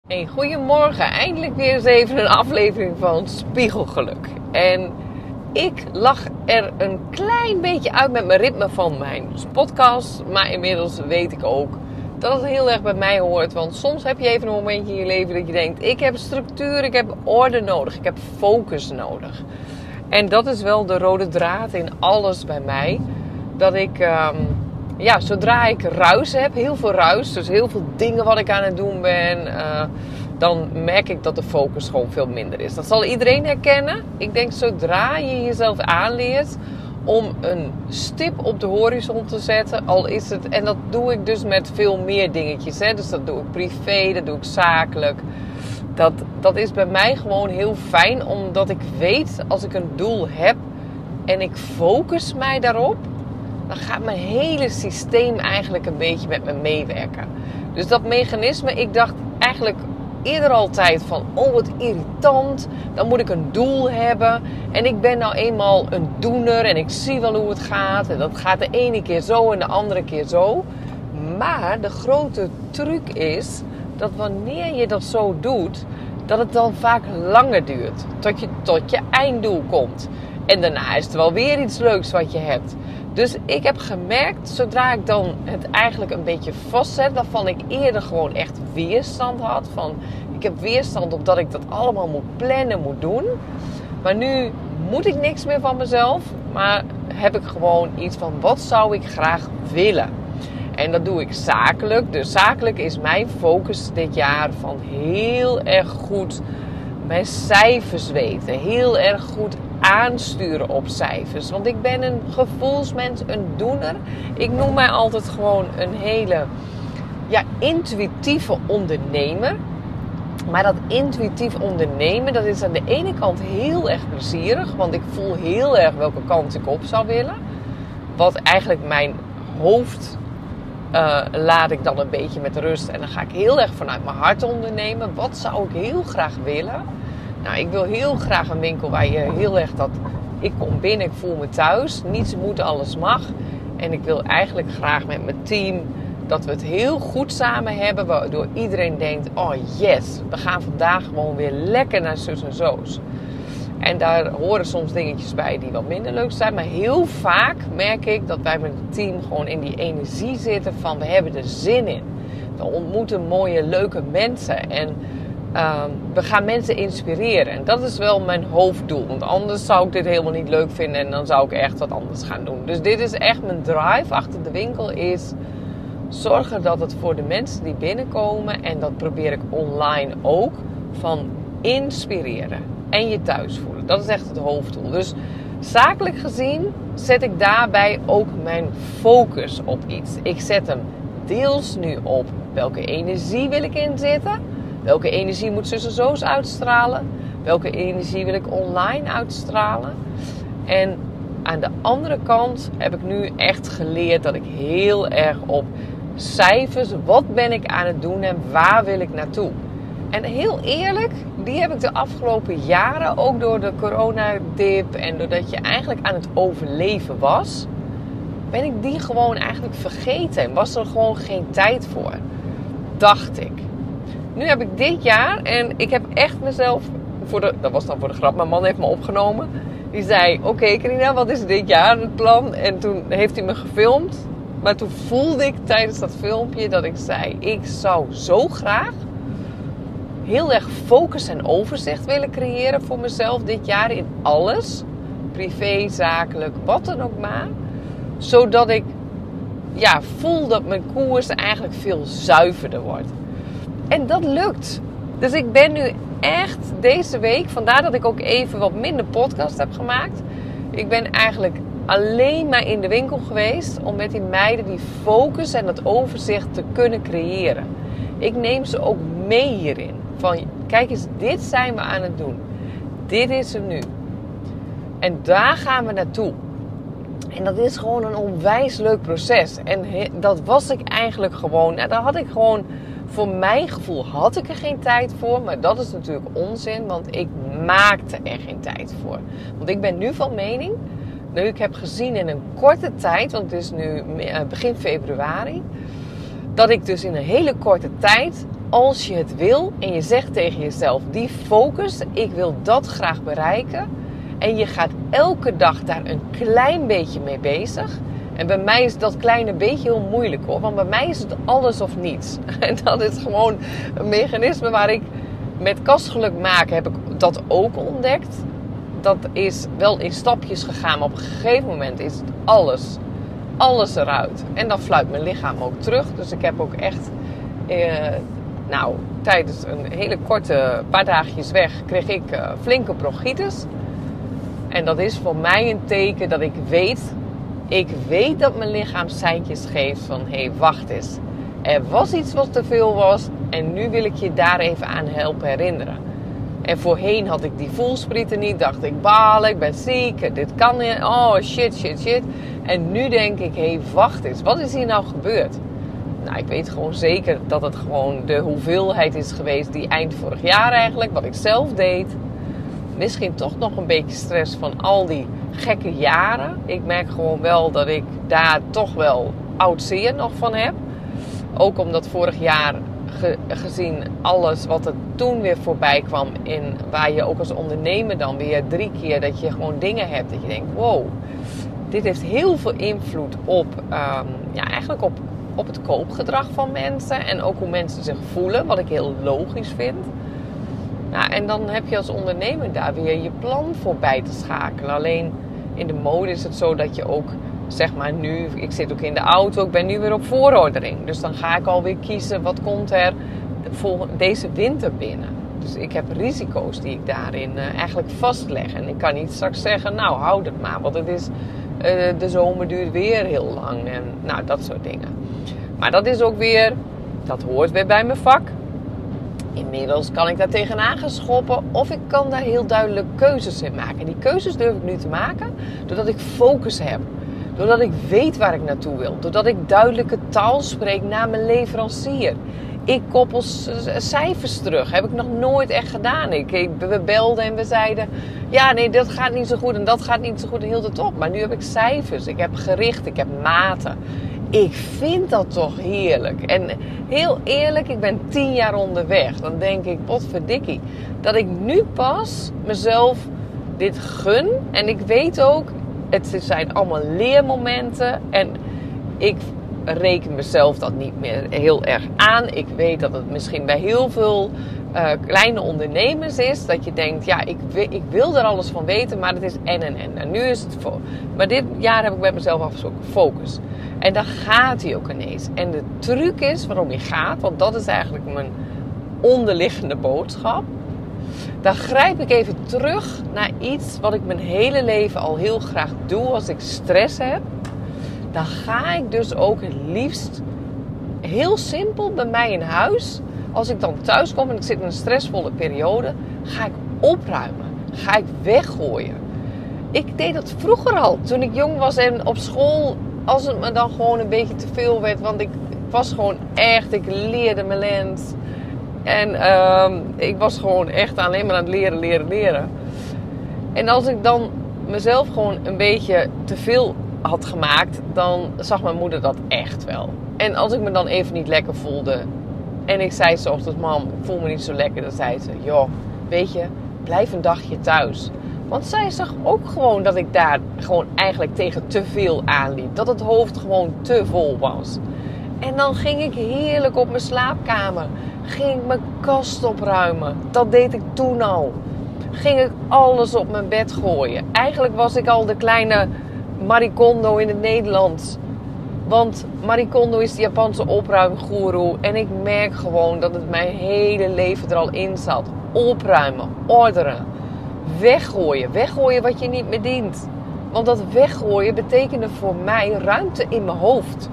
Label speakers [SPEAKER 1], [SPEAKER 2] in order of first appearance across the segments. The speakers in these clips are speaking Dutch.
[SPEAKER 1] Hey, goedemorgen, eindelijk weer eens even een aflevering van Spiegelgeluk. En ik lag er een klein beetje uit met mijn ritme van mijn podcast. Maar inmiddels weet ik ook dat het heel erg bij mij hoort. Want soms heb je even een momentje in je leven dat je denkt: ik heb structuur, ik heb orde nodig, ik heb focus nodig. En dat is wel de rode draad in alles bij mij. Dat ik... zodra ik ruis heb, heel veel ruis, dus heel veel dingen wat ik aan het doen ben, dan merk ik dat de focus gewoon veel minder is. Dat zal iedereen herkennen. Ik denk zodra je jezelf aanleert om een stip op de horizon te zetten, al is het, en dat doe ik dus met veel meer dingetjes, hè? Dus dat doe ik privé, dat doe ik zakelijk. Dat is bij mij gewoon heel fijn, omdat ik weet als ik een doel heb en ik focus mij daarop, dan gaat mijn hele systeem eigenlijk een beetje met me meewerken. Dus dat mechanisme, ik dacht eigenlijk eerder altijd van, oh wat irritant, dan moet ik een doel hebben. En ik ben nou eenmaal een doener en ik zie wel hoe het gaat. En dat gaat de ene keer zo en de andere keer zo. Maar de grote truc is dat wanneer je dat zo doet, dat het dan vaak langer duurt. Tot je einddoel komt. En daarna is er wel weer iets leuks wat je hebt. Dus ik heb gemerkt, zodra ik dan het eigenlijk een beetje vastzet, waarvan ik eerder gewoon echt weerstand had. Van, ik heb weerstand op dat ik dat allemaal moet plannen, moet doen. Maar nu moet ik niks meer van mezelf. Maar heb ik gewoon iets van, wat zou ik graag willen? En dat doe ik zakelijk. Dus zakelijk is mijn focus dit jaar van heel erg goed mijn cijfers weten. Heel erg goed aansturen op cijfers. Want ik ben een gevoelsmens, een doener. Ik noem mij altijd gewoon een hele intuïtieve ondernemer. Maar dat intuïtief ondernemen, dat is aan de ene kant heel erg plezierig. Want ik voel heel erg welke kant ik op zou willen. Wat eigenlijk mijn hoofd laat ik dan een beetje met rust. En dan ga ik heel erg vanuit mijn hart ondernemen. Wat zou ik heel graag willen? Nou, ik wil heel graag een winkel waar je heel erg dat... Ik kom binnen, ik voel me thuis. Niets moet, alles mag. En ik wil eigenlijk graag met mijn team dat we het heel goed samen hebben. Waardoor iedereen denkt, oh yes, we gaan vandaag gewoon weer lekker naar zus en zo's. En daar horen soms dingetjes bij die wat minder leuk zijn. Maar heel vaak merk ik dat wij met het team gewoon in die energie zitten van we hebben er zin in. We ontmoeten mooie, leuke mensen. En we gaan mensen inspireren. En dat is wel mijn hoofddoel. Want anders zou ik dit helemaal niet leuk vinden. En dan zou ik echt wat anders gaan doen. Dus dit is echt mijn drive achter de winkel. Is zorgen dat het voor de mensen die binnenkomen. En dat probeer ik online ook. Van inspireren. En je thuis voelen. Dat is echt het hoofddoel. Dus zakelijk gezien zet ik daarbij ook mijn focus op iets. Ik zet hem deels nu op welke energie wil ik inzetten. Welke energie moet zus en zo's uitstralen. Welke energie wil ik online uitstralen. En aan de andere kant heb ik nu echt geleerd dat ik heel erg op cijfers. Wat ben ik aan het doen en waar wil ik naartoe? En heel eerlijk, die heb ik de afgelopen jaren, ook door de coronadip en doordat je eigenlijk aan het overleven was, ben ik die gewoon eigenlijk vergeten. En was er gewoon geen tijd voor, dacht ik. Nu heb ik dit jaar, en ik heb echt mezelf, dat was dan voor de grap, mijn man heeft me opgenomen. Die zei, oké, Carina, wat is dit jaar het plan? En toen heeft hij me gefilmd. Maar toen voelde ik tijdens dat filmpje dat ik zei, ik zou zo graag heel erg focus en overzicht willen creëren voor mezelf dit jaar in alles. Privé, zakelijk, wat dan ook maar. Zodat ik voel dat mijn koers eigenlijk veel zuiverder wordt. En dat lukt. Dus ik ben nu echt deze week, vandaar dat ik ook even wat minder podcast heb gemaakt. Ik ben eigenlijk alleen maar in de winkel geweest om met die meiden die focus en dat overzicht te kunnen creëren. Ik neem ze ook mee hierin. Van, kijk eens, dit zijn we aan het doen. Dit is er nu. En daar gaan we naartoe. En dat is gewoon een onwijs leuk proces. En dat was ik eigenlijk gewoon. Nou, daar had ik gewoon, voor mijn gevoel had ik er geen tijd voor. Maar dat is natuurlijk onzin, want ik maakte er geen tijd voor. Want ik ben nu van mening, nu ik heb gezien in een korte tijd, want het is nu begin februari, dat ik dus in een hele korte tijd als je het wil en je zegt tegen jezelf, die focus, ik wil dat graag bereiken. En je gaat elke dag daar een klein beetje mee bezig. En bij mij is dat kleine beetje heel moeilijk hoor. Want bij mij is het alles of niets. En dat is gewoon een mechanisme waar ik met kastgeluk maken heb ik dat ook ontdekt. Dat is wel in stapjes gegaan. Maar op een gegeven moment is het alles eruit. En dan fluit mijn lichaam ook terug. Dus ik heb ook echt... tijdens een hele korte paar dagjes weg kreeg ik flinke bronchitis. En dat is voor mij een teken dat ik weet dat mijn lichaam seintjes geeft van... hé, wacht eens. Er was iets wat te veel was en nu wil ik je daar even aan helpen herinneren. En voorheen had ik die voelsprieten niet. Dacht ik, balen, ik ben ziek, dit kan niet. Oh, shit. En nu denk ik, hé, wacht eens. Wat is hier nou gebeurd? Nou, ik weet gewoon zeker dat het gewoon de hoeveelheid is geweest die eind vorig jaar eigenlijk, wat ik zelf deed. Misschien toch nog een beetje stress van al die gekke jaren. Ik merk gewoon wel dat ik daar toch wel oud zeer nog van heb. Ook omdat vorig jaar gezien alles wat er toen weer voorbij kwam. Waar je ook als ondernemer dan weer 3 keer dat je gewoon dingen hebt. Dat je denkt, wow, dit heeft heel veel invloed op, eigenlijk op het koopgedrag van mensen. En ook hoe mensen zich voelen, wat ik heel logisch vind. Nou, en dan heb je als ondernemer daar weer je plan voorbij te schakelen. Alleen in de mode is het zo dat je ook, zeg maar nu, ik zit ook in de auto, ik ben nu weer op voorordering. Dus dan ga ik alweer kiezen, wat komt er deze winter binnen. Dus ik heb risico's die ik daarin eigenlijk vastleg. En ik kan niet straks zeggen, nou houd het maar, want het is, de zomer duurt weer heel lang. En nou, dat soort dingen. Maar dat is ook weer, dat hoort weer bij mijn vak. Inmiddels kan ik daar tegenaan gaan schoppen of ik kan daar heel duidelijk keuzes in maken. En die keuzes durf ik nu te maken doordat ik focus heb. Doordat ik weet waar ik naartoe wil. Doordat ik duidelijke taal spreek naar mijn leverancier. Ik koppel cijfers terug. Heb ik nog nooit echt gedaan. We belden en we zeiden, ja nee, dat gaat niet zo goed en dat gaat niet zo goed en hield het op. Maar nu heb ik cijfers, ik heb gericht, ik heb maten. Ik vind dat toch heerlijk. En heel eerlijk, ik ben 10 jaar onderweg. Dan denk ik, potverdikkie, dat ik nu pas mezelf dit gun. En ik weet ook, het zijn allemaal leermomenten. En ik reken mezelf dat niet meer heel erg aan. Ik weet dat het misschien bij heel veel kleine ondernemers is. Dat je denkt, ja, ik wil er alles van weten, maar het is en. En nu is het maar dit jaar heb ik bij mezelf afgesproken, focus. En dan gaat hij ook ineens. En de truc is waarom hij gaat, want dat is eigenlijk mijn onderliggende boodschap. Dan grijp ik even terug naar iets wat ik mijn hele leven al heel graag doe als ik stress heb. Dan ga ik dus ook het liefst heel simpel bij mij in huis. Als ik dan thuis kom en ik zit in een stressvolle periode, ga ik opruimen. Ga ik weggooien. Ik deed dat vroeger al, toen ik jong was en op school, als het me dan gewoon een beetje te veel werd. Want ik was gewoon echt, ik leerde mijn lens. En ik was gewoon echt alleen maar aan het leren. En als ik dan mezelf gewoon een beetje te veel had gemaakt, dan zag mijn moeder dat echt wel. En als ik me dan even niet lekker voelde en ik zei 's ochtends, mam, ik voel me niet zo lekker, dan zei ze, joh, weet je, blijf een dagje thuis. Want zij zag ook gewoon dat ik daar gewoon eigenlijk tegen te veel aanliep. Dat het hoofd gewoon te vol was. En dan ging ik heerlijk op mijn slaapkamer. Ging ik mijn kast opruimen. Dat deed ik toen al. Ging ik alles op mijn bed gooien. Eigenlijk was ik al de kleine Marie Kondo in het Nederlands. Want Marie Kondo is de Japanse opruimgoeroe. En ik merk gewoon dat het mijn hele leven er al in zat. Opruimen, orderen, weggooien. Weggooien wat je niet meer dient. Want dat weggooien betekende voor mij ruimte in mijn hoofd.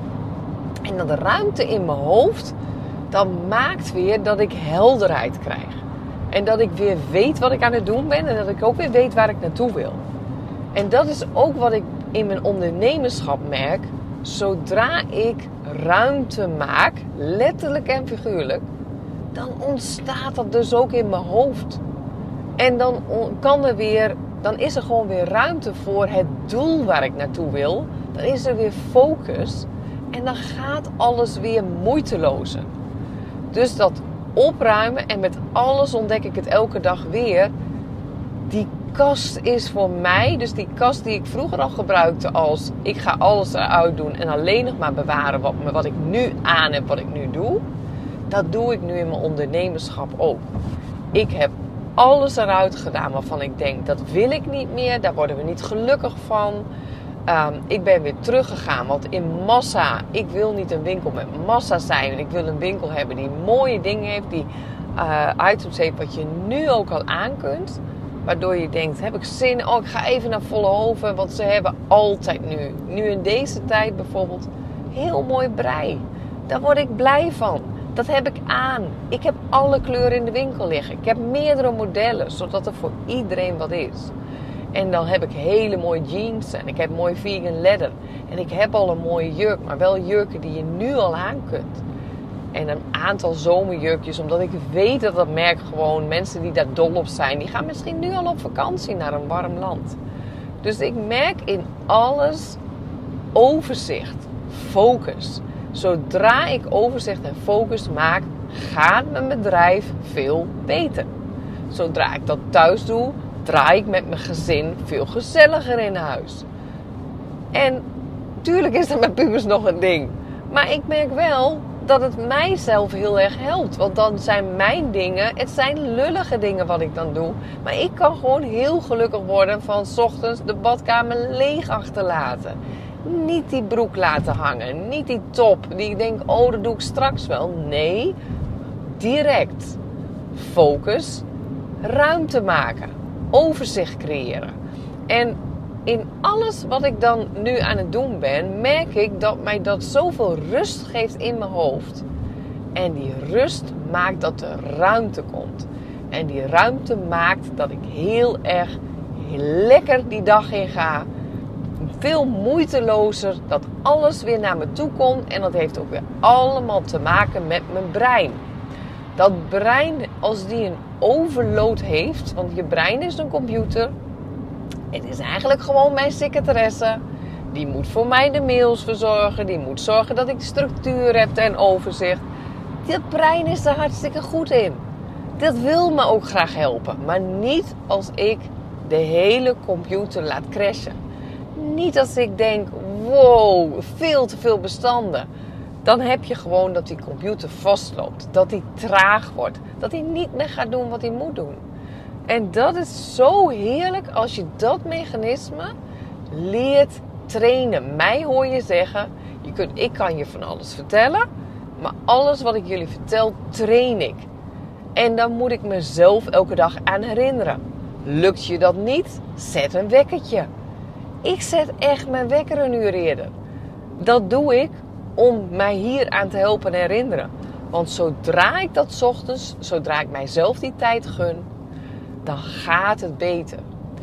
[SPEAKER 1] En dat ruimte in mijn hoofd, dat maakt weer dat ik helderheid krijg. En dat ik weer weet wat ik aan het doen ben. En dat ik ook weer weet waar ik naartoe wil. En dat is ook wat ik in mijn ondernemerschap merk. Zodra ik ruimte maak, letterlijk en figuurlijk, dan ontstaat dat dus ook in mijn hoofd. En dan is er gewoon weer ruimte voor het doel waar ik naartoe wil. Dan is er weer focus. En dan gaat alles weer moeitelozer. Dus dat opruimen en met alles ontdek ik het elke dag weer. Die kast is voor mij, dus die kast die ik vroeger al gebruikte als ik ga alles eruit doen en alleen nog maar bewaren wat ik nu aan heb, wat ik nu doe. Dat doe ik nu in mijn ondernemerschap ook. Ik heb alles eruit gedaan waarvan ik denk, dat wil ik niet meer, daar worden we niet gelukkig van. Ik ben weer teruggegaan, want in massa, ik wil niet een winkel met massa zijn. Ik wil een winkel hebben die mooie dingen heeft, die items heeft wat je nu ook al aan kunt. Waardoor je denkt, heb ik zin? Oh, ik ga even naar Vollenhoven, want ze hebben altijd nu in deze tijd bijvoorbeeld, heel mooi brei. Daar word ik blij van. Dat heb ik aan. Ik heb alle kleuren in de winkel liggen. Ik heb meerdere modellen, zodat er voor iedereen wat is. En dan heb ik hele mooie jeans en ik heb mooi vegan leather. En ik heb al een mooie jurk, maar wel jurken die je nu al aan kunt. En een aantal zomerjurkjes, omdat ik weet dat dat merk gewoon, mensen die daar dol op zijn, die gaan misschien nu al op vakantie naar een warm land. Dus ik merk in alles overzicht, focus. Zodra ik overzicht en focus maak, gaat mijn bedrijf veel beter. Zodra ik dat thuis doe, draai ik met mijn gezin veel gezelliger in huis. En tuurlijk is dat met pubers nog een ding. Maar ik merk wel dat het mijzelf heel erg helpt. Want dan zijn mijn dingen, het zijn lullige dingen wat ik dan doe. Maar ik kan gewoon heel gelukkig worden van 's ochtends de badkamer leeg achterlaten. Niet die broek laten hangen. Niet die top die ik denk, oh dat doe ik straks wel. Nee, direct. Focus, ruimte maken, overzicht creëren. En in alles wat ik dan nu aan het doen ben, merk ik dat mij dat zoveel rust geeft in mijn hoofd. En die rust maakt dat er ruimte komt. En die ruimte maakt dat ik heel erg lekker die dag in ga. Veel moeitelozer, dat alles weer naar me toe komt. En dat heeft ook weer allemaal te maken met mijn brein. Dat brein, als die een overload heeft, want je brein is een computer. Het is eigenlijk gewoon mijn secretaresse. Die moet voor mij de mails verzorgen. Die moet zorgen dat ik structuur heb en overzicht. Dat brein is er hartstikke goed in. Dat wil me ook graag helpen. Maar niet als ik de hele computer laat crashen. Niet als ik denk, wow, veel te veel bestanden. Dan heb je gewoon dat die computer vastloopt. Dat die traag wordt. Dat hij niet meer gaat doen wat hij moet doen. En dat is zo heerlijk als je dat mechanisme leert trainen. Mij hoor je zeggen, ik kan je van alles vertellen. Maar alles wat ik jullie vertel, train ik. En dan moet ik mezelf elke dag aan herinneren. Lukt je dat niet? Zet een wekkertje. Ik zet echt mijn wekker een uur eerder. Dat doe ik om mij hier aan te helpen en herinneren. Want zodra ik dat 's ochtends, zodra ik mijzelf die tijd gun, dan gaat het beter.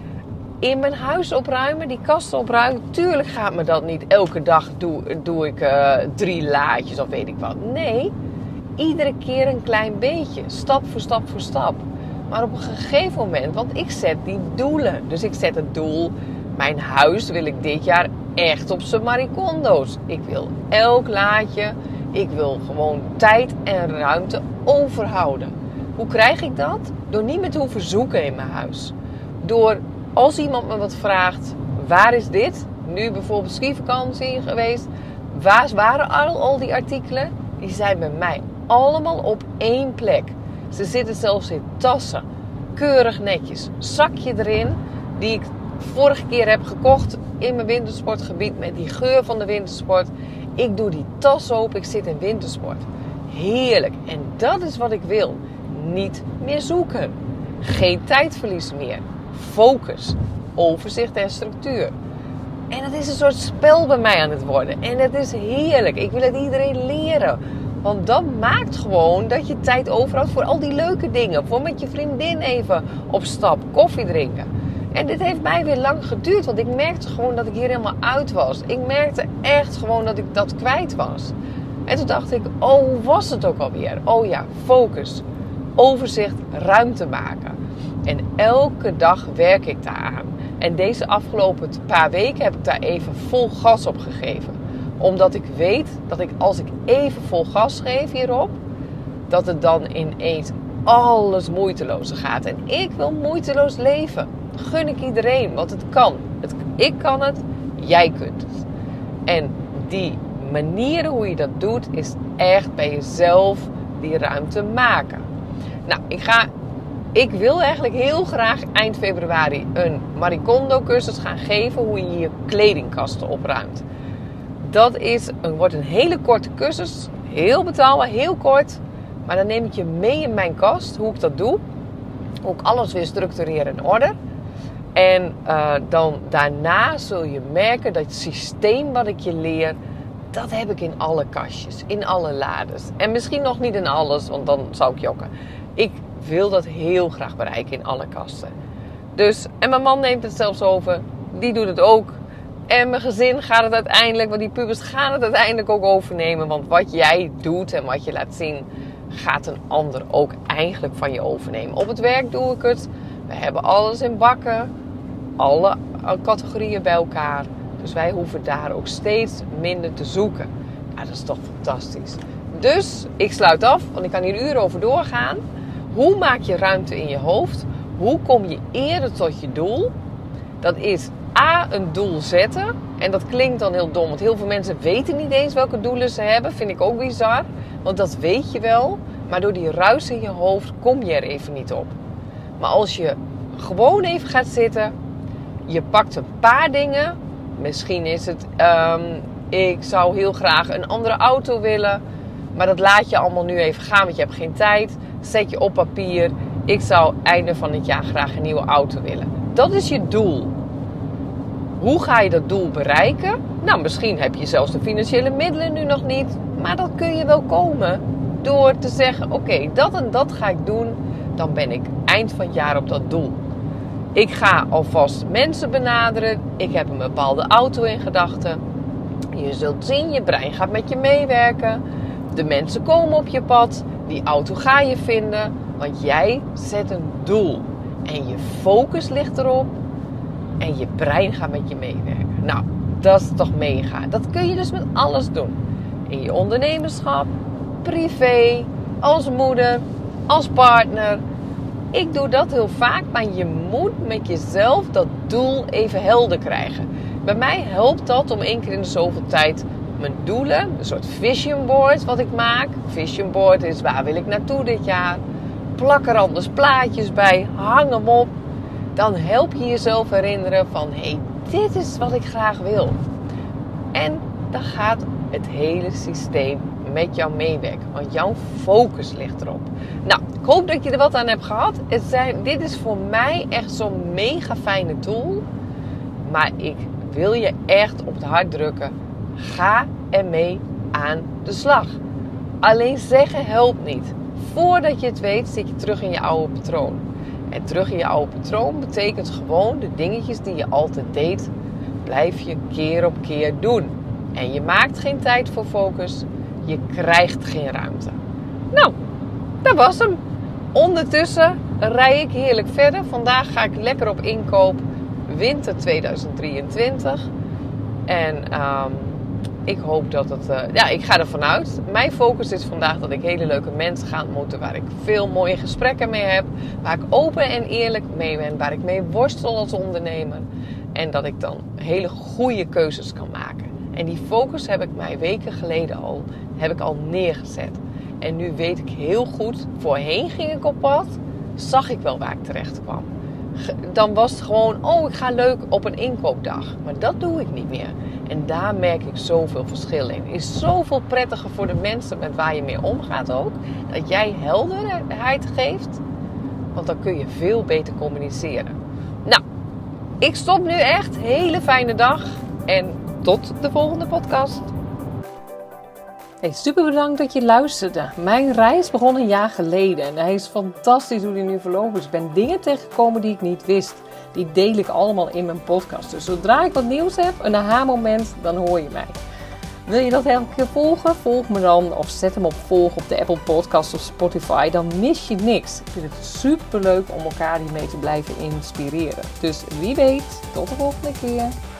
[SPEAKER 1] In mijn huis opruimen, die kasten opruimen, tuurlijk gaat me dat niet elke dag doe ik 3 laadjes of weet ik wat. Nee, iedere keer een klein beetje, stap voor stap voor stap. Maar op een gegeven moment, want ik zet die doelen. Dus ik zet het doel, mijn huis wil ik dit jaar echt op zijn maricondo's. Ik wil elk laadje, ik wil gewoon tijd en ruimte overhouden. Hoe krijg ik dat? Door niet meer te hoeven zoeken in mijn huis. Door, als iemand me wat vraagt, waar is dit? Nu bijvoorbeeld skivakantie geweest. Waar waren al die artikelen? Die zijn bij mij allemaal op één plek. Ze zitten zelfs in tassen. Keurig netjes. Zakje erin, die ik vorige keer heb gekocht in mijn wintersportgebied met die geur van de wintersport. Ik doe die tas open, ik zit in wintersport. Heerlijk. En dat is wat ik wil. Niet meer zoeken. Geen tijdverlies meer. Focus. Overzicht en structuur. En het is een soort spel bij mij aan het worden. En het is heerlijk. Ik wil het iedereen leren. Want dat maakt gewoon dat je tijd overhoudt voor al die leuke dingen. Voor met je vriendin even op stap. Koffie drinken. En dit heeft mij weer lang geduurd. Want ik merkte gewoon dat ik hier helemaal uit was. Ik merkte echt gewoon dat ik dat kwijt was. En toen dacht ik, oh, hoe was het ook alweer? Oh ja, focus. Overzicht, ruimte maken. En elke dag werk ik daaraan. En deze afgelopen paar weken heb ik daar even vol gas op gegeven. Omdat ik weet dat als ik even vol gas geef hierop, dat het dan ineens alles moeitelozer gaat. En ik wil moeiteloos leven. Gun ik iedereen, want het kan. Ik kan het, jij kunt het. En die manieren hoe je dat doet, is echt bij jezelf die ruimte maken. Nou, ik wil eigenlijk heel graag eind februari een Marie Kondo cursus gaan geven hoe je je kledingkasten opruimt. Dat wordt een hele korte cursus, heel betaalbaar, heel kort. Maar dan neem ik je mee in mijn kast, hoe ik dat doe. Hoe ik alles weer structureer in orde. En dan daarna zul je merken dat het systeem wat ik je leer, dat heb ik in alle kastjes, in alle lades. En misschien nog niet in alles, want dan zou ik jokken. Ik wil dat heel graag bereiken in alle kasten. Dus, en mijn man neemt het zelfs over, die doet het ook. En mijn gezin gaat het uiteindelijk, want die pubers gaan het uiteindelijk ook overnemen. Want wat jij doet en wat je laat zien, gaat een ander ook eigenlijk van je overnemen. Op het werk doe ik het. We hebben alles in bakken. Alle categorieën bij elkaar. Dus wij hoeven daar ook steeds minder te zoeken. Ja, dat is toch fantastisch. Dus ik sluit af, want ik kan hier uren over doorgaan. Hoe maak je ruimte in je hoofd? Hoe kom je eerder tot je doel? Dat is een doel zetten. En dat klinkt dan heel dom, want heel veel mensen weten niet eens welke doelen ze hebben. Vind ik ook bizar, want dat weet je wel. Maar door die ruis in je hoofd kom je er even niet op. Maar als je gewoon even gaat zitten, je pakt een paar dingen. Misschien is het, ik zou heel graag een andere auto willen. Maar dat laat je allemaal nu even gaan, want je hebt geen tijd. Zet je op papier. Ik zou einde van het jaar graag een nieuwe auto willen. Dat is je doel. Hoe ga je dat doel bereiken? Nou, misschien heb je zelfs de financiële middelen nu nog niet. Maar dat kun je wel komen door te zeggen, oké, dat en dat ga ik doen. Dan ben ik eind van het jaar op dat doel. Ik ga alvast mensen benaderen. Ik heb een bepaalde auto in gedachten. Je zult zien, je brein gaat met je meewerken. De mensen komen op je pad. Die auto ga je vinden. Want jij zet een doel. En je focus ligt erop. En je brein gaat met je meewerken. Nou, dat is toch mega. Dat kun je dus met alles doen. In je ondernemerschap, privé, als moeder, als partner. Ik doe dat heel vaak, maar je moet met jezelf dat doel even helder krijgen. Bij mij helpt dat om 1 keer in de zoveel tijd mijn doelen, een soort vision board wat ik maak. Vision board is waar wil ik naartoe dit jaar. Plak er anders plaatjes bij, hang hem op. Dan help je jezelf herinneren van, hé, dit is wat ik graag wil. En dan gaat het hele systeem met jou meewerken, want jouw focus ligt erop. Nou, ik hoop dat je er wat aan hebt gehad. Dit is voor mij echt zo'n mega fijne tool. Maar ik wil je echt op het hart drukken. Ga ermee aan de slag. Alleen zeggen helpt niet. Voordat je het weet zit je terug in je oude patroon. En terug in je oude patroon betekent gewoon de dingetjes die je altijd deed, blijf je keer op keer doen. En je maakt geen tijd voor focus. Je krijgt geen ruimte. Nou, dat was hem. Ondertussen rij ik heerlijk verder. Vandaag ga ik lekker op inkoop. Winter 2023. En ik hoop dat het... ik ga ervan uit. Mijn focus is vandaag dat ik hele leuke mensen ga ontmoeten. Waar ik veel mooie gesprekken mee heb. Waar ik open en eerlijk mee ben. Waar ik mee worstel als ondernemer. En dat ik dan hele goede keuzes kan maken. En die focus heb ik mij weken geleden al neergezet. En nu weet ik heel goed, voorheen ging ik op pad, zag ik wel waar ik terecht kwam. Dan was het gewoon, ik ga leuk op een inkoopdag. Maar dat doe ik niet meer. En daar merk ik zoveel verschil in. Het is zoveel prettiger voor de mensen met waar je mee omgaat ook. Dat jij helderheid geeft. Want dan kun je veel beter communiceren. Nou, ik stop nu echt. Hele fijne dag. En tot de volgende podcast. Hey, super bedankt dat je luisterde. Mijn reis begon een jaar geleden. En hij is fantastisch hoe die nu verlopen is. Ik ben dingen tegengekomen die ik niet wist. Die deel ik allemaal in mijn podcast. Dus zodra ik wat nieuws heb, een aha-moment, dan hoor je mij. Wil je dat elke keer volgen? Volg me dan of zet hem op volg op de Apple Podcast of Spotify. Dan mis je niks. Ik vind het super leuk om elkaar hiermee te blijven inspireren. Dus wie weet, tot de volgende keer.